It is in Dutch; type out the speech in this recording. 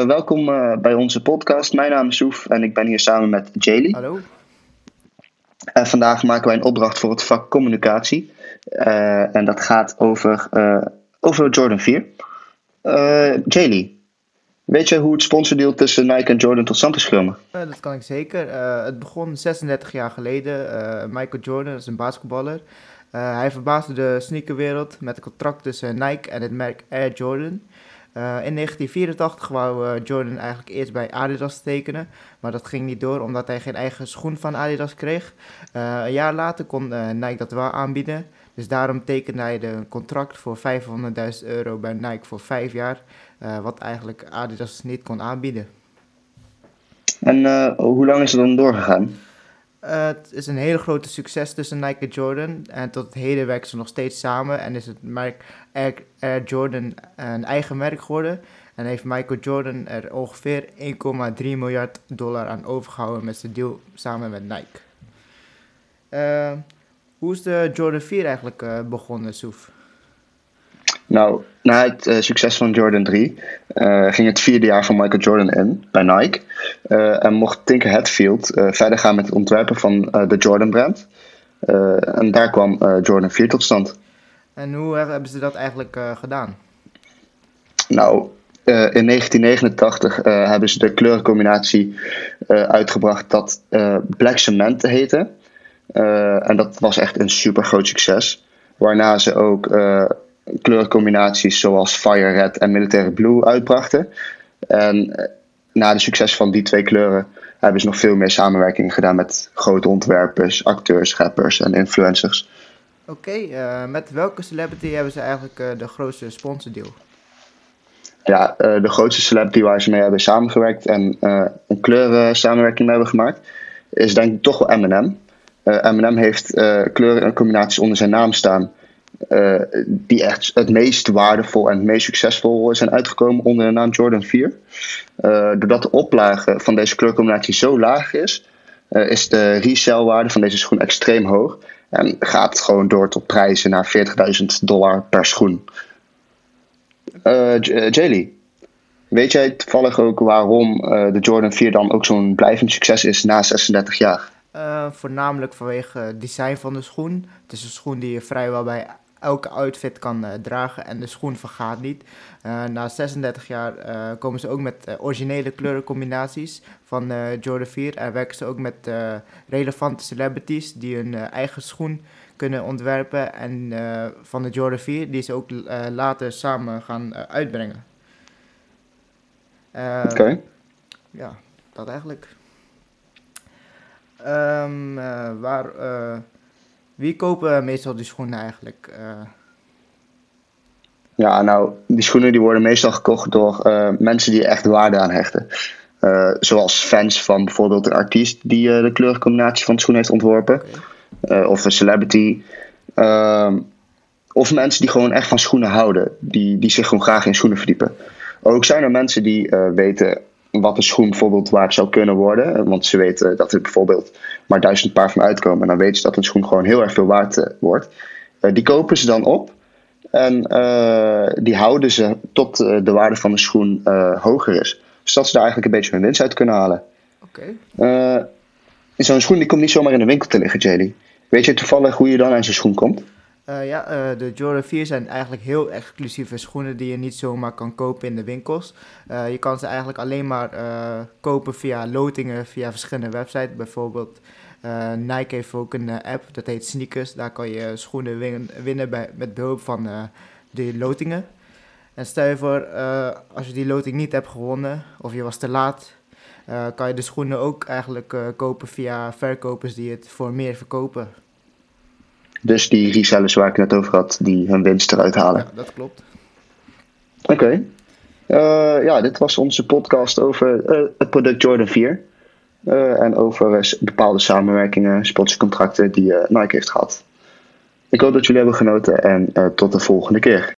Welkom bij onze podcast. Mijn naam is Soef en ik ben hier samen met Jaylee. Hallo. En vandaag maken wij een opdracht voor het vak communicatie. En dat gaat over Jordan 4. Jaylee, weet je hoe het sponsordeal tussen Nike en Jordan tot stand is gekomen? Dat kan ik zeker. Het begon 36 jaar geleden. Michael Jordan is een basketballer. Hij verbaasde de sneakerwereld met een contract tussen Nike en het merk Air Jordan. In 1984 wou Jordan eigenlijk eerst bij Adidas tekenen, maar dat ging niet door omdat hij geen eigen schoen van Adidas kreeg. Een jaar later kon Nike dat wel aanbieden, dus daarom tekende hij een contract voor €500.000 bij Nike voor 5 jaar, wat eigenlijk Adidas niet kon aanbieden. En hoe lang is het dan doorgegaan? Het is een hele grote succes tussen Nike en Jordan. En tot het heden werken ze nog steeds samen. En is het merk Air Jordan een eigen merk geworden. En heeft Michael Jordan er ongeveer $1,3 miljard aan overgehouden met zijn deal samen met Nike. Hoe is de Jordan 4 eigenlijk begonnen, Soef? Nou, na het succes van Jordan 3 ging het 4e jaar van Michael Jordan in bij Nike. En mocht Tinker Hatfield verder gaan met het ontwerpen van de Jordan brand. En daar kwam Jordan 4 tot stand. En hoe hebben ze dat eigenlijk gedaan? Nou, in 1989 hebben ze de kleurencombinatie uitgebracht dat Black Cement heette. En dat was echt een super groot succes. Waarna ze ook kleurencombinaties zoals Fire Red en Military Blue uitbrachten. En na de succes van die 2 kleuren hebben ze nog veel meer samenwerkingen gedaan met grote ontwerpers, acteurs, rappers en influencers. Oké, met welke celebrity hebben ze eigenlijk de grootste sponsordeal? Ja, de grootste celebrity waar ze mee hebben samengewerkt en een kleuren samenwerking mee hebben gemaakt, is denk ik toch wel Eminem. Eminem heeft kleuren en combinaties onder zijn naam staan die echt het meest waardevol en het meest succesvol zijn uitgekomen onder de naam Jordan 4. Doordat de oplage van deze kleurcombinatie zo laag is de resellwaarde van deze schoen extreem hoog. En gaat gewoon door tot prijzen naar $40.000 per schoen. Jaylee, weet jij toevallig ook waarom de Jordan 4 dan ook zo'n blijvend succes is na 36 jaar? Voornamelijk vanwege het design van de schoen. Het is een schoen die je vrijwel bij elke outfit kan dragen en de schoen vergaat niet. Na 36 jaar komen ze ook met originele kleurencombinaties van Jordan 4 en werken ze ook met relevante celebrities die hun eigen schoen kunnen ontwerpen en van de Jordan 4 die ze ook later samen gaan uitbrengen. Oké. Ja, dat eigenlijk. Wie kopen meestal die schoenen eigenlijk? Ja, nou, die schoenen die worden meestal gekocht door mensen die er echt waarde aan hechten. Zoals fans van bijvoorbeeld een artiest die de kleurcombinatie van de schoen heeft ontworpen. Okay. Of een celebrity. Of mensen die gewoon echt van schoenen houden. Die zich gewoon graag in schoenen verdiepen. Ook zijn er mensen die weten wat een schoen bijvoorbeeld waard zou kunnen worden. Want ze weten dat er bijvoorbeeld maar 1000 paar van uitkomen. En dan weten ze dat een schoen gewoon heel erg veel waard wordt. Die kopen ze dan op. En die houden ze tot de waarde van de schoen hoger is. Zodat ze daar eigenlijk een beetje hun winst uit kunnen halen. Oké. Zo'n schoen die komt niet zomaar in de winkel te liggen, Jaylee. Weet je toevallig hoe je dan aan zo'n schoen komt? De Jordan 4 zijn eigenlijk heel exclusieve schoenen die je niet zomaar kan kopen in de winkels. Je kan ze eigenlijk alleen maar kopen via lotingen, via verschillende websites. Bijvoorbeeld Nike heeft ook een app, dat heet Sneakers. Daar kan je schoenen winnen met behulp van de lotingen. En stel je voor, als je die loting niet hebt gewonnen of je was te laat, kan je de schoenen ook eigenlijk kopen via verkopers die het voor meer verkopen. Dus die resellers waar ik het net over had, die hun winst eruit halen. Ja, dat klopt. Oké. Ja, dit was onze podcast over het product Jordan 4. En over bepaalde samenwerkingen, sponsorcontracten die Nike heeft gehad. Ik hoop dat jullie hebben genoten en tot de volgende keer.